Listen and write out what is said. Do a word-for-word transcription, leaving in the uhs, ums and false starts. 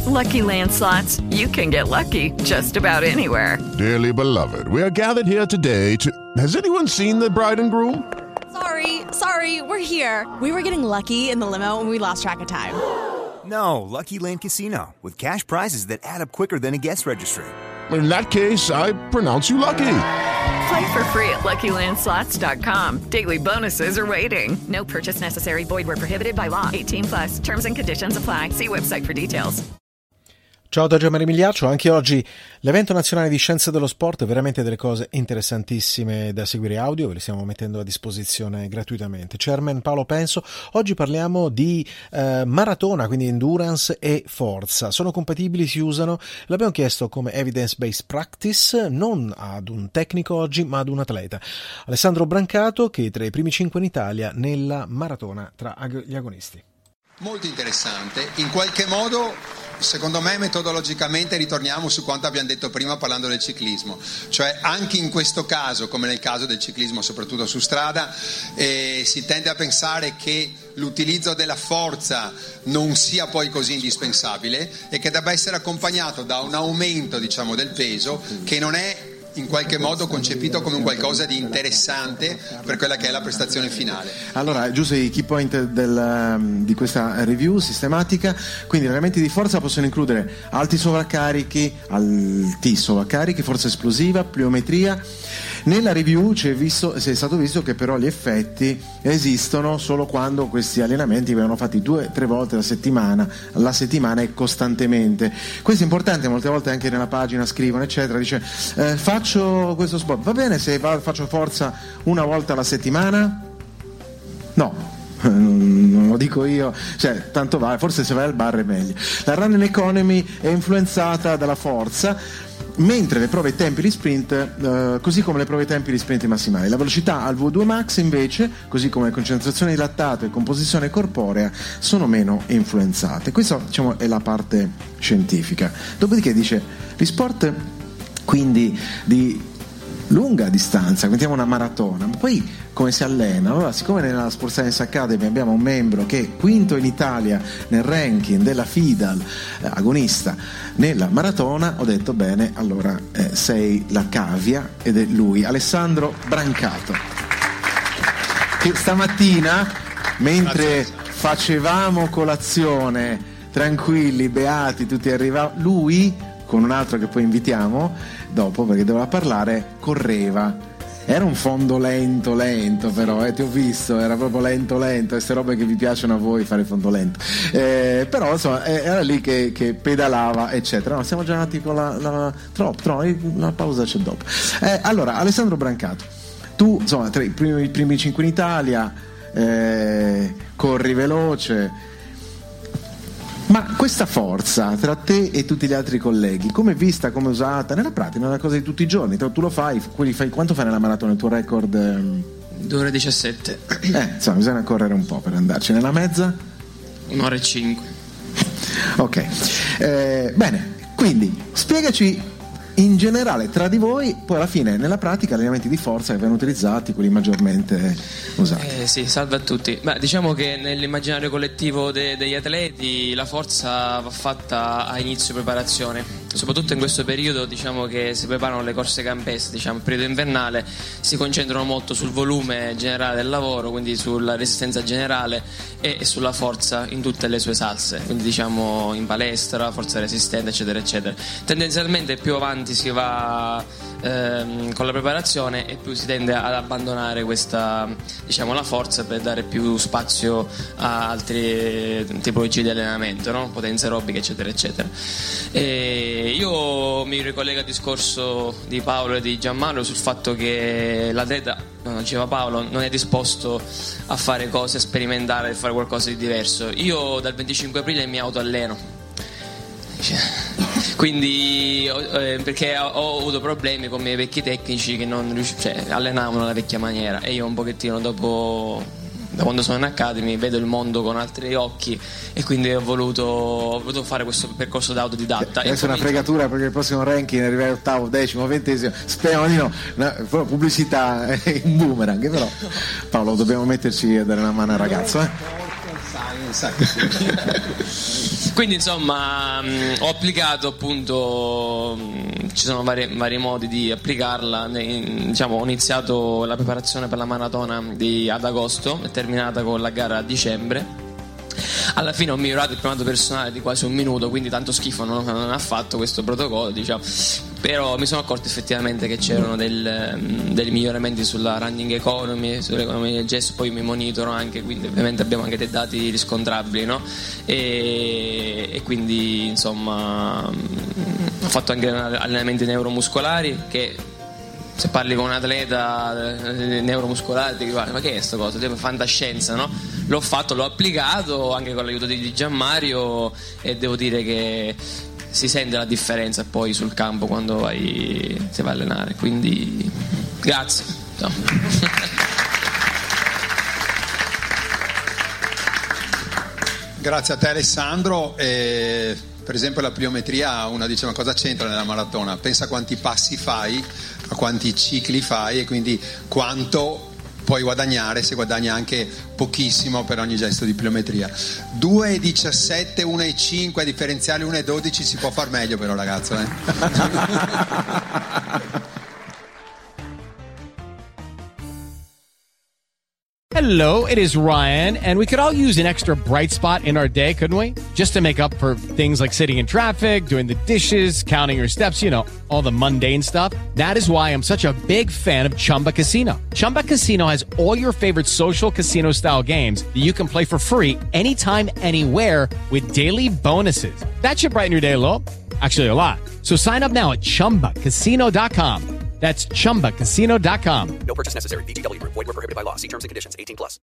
Lucky Land Slots, you can get lucky just about anywhere. Dearly beloved, we are gathered here today to... Has anyone seen the bride and groom? Sorry, sorry, we're here. We were getting lucky in the limo and we lost track of time. No, Lucky Land Casino, with cash prizes that add up quicker than a guest registry. In that case, I pronounce you lucky. Play for free at lucky land slots dot com. Daily bonuses are waiting. No purchase necessary. Void where prohibited by law. eighteen plus. Terms and conditions apply. See website for details. Ciao da Gianmaria Migliaccio. Anche oggi l'evento nazionale di scienze dello sport, veramente delle cose interessantissime da seguire audio, ve le stiamo mettendo a disposizione gratuitamente. Chairman Paolo Penso, oggi parliamo di eh, maratona, quindi endurance e forza. Sono compatibili, si usano? L'abbiamo chiesto come evidence-based practice non ad un tecnico oggi, ma ad un atleta. Alessandro Brancato, che è tra i primi cinque in Italia nella maratona tra gli agonisti. Molto interessante, in qualche modo secondo me metodologicamente ritorniamo su quanto abbiamo detto prima parlando del ciclismo, cioè anche in questo caso come nel caso del ciclismo soprattutto su strada eh, si tende a pensare che l'utilizzo della forza non sia poi così indispensabile e che debba essere accompagnato da un aumento diciamo del peso che non è in qualche modo concepito come un qualcosa di interessante per quella che è la prestazione finale. Allora, giusto i key point del, di questa review sistematica, quindi gli elementi di forza possono includere alti sovraccarichi, alti sovraccarichi, forza esplosiva, pliometria. Nella review c'è, visto, è stato visto che però gli effetti esistono solo quando questi allenamenti vengono fatti due o tre volte alla settimana, alla settimana e costantemente. Questo è importante, molte volte anche nella pagina scrivono eccetera, dice eh, faccio questo sport, va bene se va, faccio forza una volta alla settimana? No, non lo dico io, cioè tanto vale, forse se vai al bar è meglio. La running economy è influenzata dalla forza, mentre le prove tempi di sprint, eh, così come le prove tempi di sprint massimali. La velocità al V due max invece, così come le concentrazioni di lattato e composizione corporea, sono meno influenzate. Questa diciamo è la parte scientifica. Dopodiché dice gli sport quindi di lunga distanza, mettiamo una maratona, ma poi come si allena? Allora, siccome nella Sport Science Academy abbiamo un membro che è quinto in Italia nel ranking della FIDAL, eh, agonista nella maratona, ho detto bene, allora eh, sei la cavia ed è lui, Alessandro Brancato, che stamattina mentre facevamo colazione tranquilli, beati, tutti arrivavano, lui con un altro che poi invitiamo dopo perché doveva parlare, correva. Era un fondo lento lento però, eh, ti ho visto, era proprio lento lento, queste robe che vi piacciono a voi fare fondo lento, eh, però insomma era lì che, che pedalava eccetera. No, siamo già andati con la, la troppo, troppo, la pausa c'è dopo. Eh, allora Alessandro Brancato, tu insomma tra i primi, i primi cinque in Italia, eh, corri veloce, ma questa forza tra te e tutti gli altri colleghi, come è vista, come è usata nella pratica, è una cosa di tutti i giorni? Tu lo fai, fai quanto fai nella maratona? Il tuo record? due ore e diciassette. Eh, insomma, bisogna correre un po' per andarci. Nella mezza? un'ora e cinque. Ok, eh, bene, quindi spiegaci in generale tra di voi, poi alla fine nella pratica allenamenti di forza che vengono utilizzati, quelli maggiormente usati. Eh, sì, salve a tutti. Beh, diciamo che nell'immaginario collettivo de- degli atleti la forza va fatta a inizio preparazione, soprattutto in questo periodo, diciamo che si preparano le corse campestre, diciamo il periodo invernale, si concentrano molto sul volume generale del lavoro, quindi sulla resistenza generale e, e sulla forza in tutte le sue salse, quindi diciamo in palestra, forza resistente eccetera eccetera. Tendenzialmente più avanti si va ehm, con la preparazione e più si tende ad abbandonare questa, diciamo, la forza per dare più spazio a altre tipologie di allenamento, no? Potenze aerobiche eccetera eccetera. E io mi ricollego al discorso di Paolo e di Gianmario sul fatto che l'atleta, come diceva Paolo, non è disposto a fare cose, a sperimentare, a fare qualcosa di diverso. Io dal venticinque aprile mi autoalleno, quindi eh, perché ho, ho avuto problemi con i miei vecchi tecnici che non riusc- cioè, allenavano alla vecchia maniera, e io un pochettino dopo, da quando sono in Academy, vedo il mondo con altri occhi e quindi ho voluto, ho voluto fare questo percorso da autodidatta. Adesso è una fregatura perché il prossimo ranking arriverà ottavo, decimo, ventesimo, speriamo di no, una pubblicità è un boomerang, però Paolo dobbiamo metterci a dare una mano al ragazzo, eh? Quindi insomma mh, ho applicato appunto, mh, ci sono vari, vari modi di applicarla. Ne, diciamo, ho iniziato la preparazione per la maratona di, ad agosto, è terminata con la gara a dicembre. Alla fine ho migliorato il primato personale di quasi un minuto, quindi tanto schifo non, non ha fatto questo protocollo, diciamo. Però mi sono accorto effettivamente che c'erano del, dei miglioramenti sulla running economy, sull'economia del gesto, poi mi monitoro anche, quindi ovviamente abbiamo anche dei dati riscontrabili, no? E, e quindi insomma ho fatto anche allenamenti neuromuscolari che, se parli con un atleta neuromuscolare ti guarda, ma che è sta cosa? Tipo fantascienza, no? L'ho fatto, l'ho applicato anche con l'aiuto di Gianmario e devo dire che si sente la differenza poi sul campo quando vai, si va a allenare, quindi grazie. No. Grazie a te Alessandro. E, per esempio la pliometria, una dice ma cosa c'entra nella maratona? Pensa a quanti passi fai, a quanti cicli fai e quindi quanto puoi guadagnare se guadagni anche pochissimo per ogni gesto di pliometria. due e diciassette, uno e cinque, differenziale uno e dodici, si può far meglio però ragazzo, eh? Hello, it is Ryan, and we could all use an extra bright spot in our day, couldn't we? Just to make up for things like sitting in traffic, doing the dishes, counting your steps, you know, all the mundane stuff. That is why I'm such a big fan of Chumba Casino. Chumba Casino has all your favorite social casino-style games that you can play for free anytime, anywhere with daily bonuses. That should brighten your day a little. Actually, a lot. So sign up now at chumba casino dot com. That's chumba casino dot com. No purchase necessary. V G W Group. Void where prohibited by law. See terms and conditions. eighteen plus.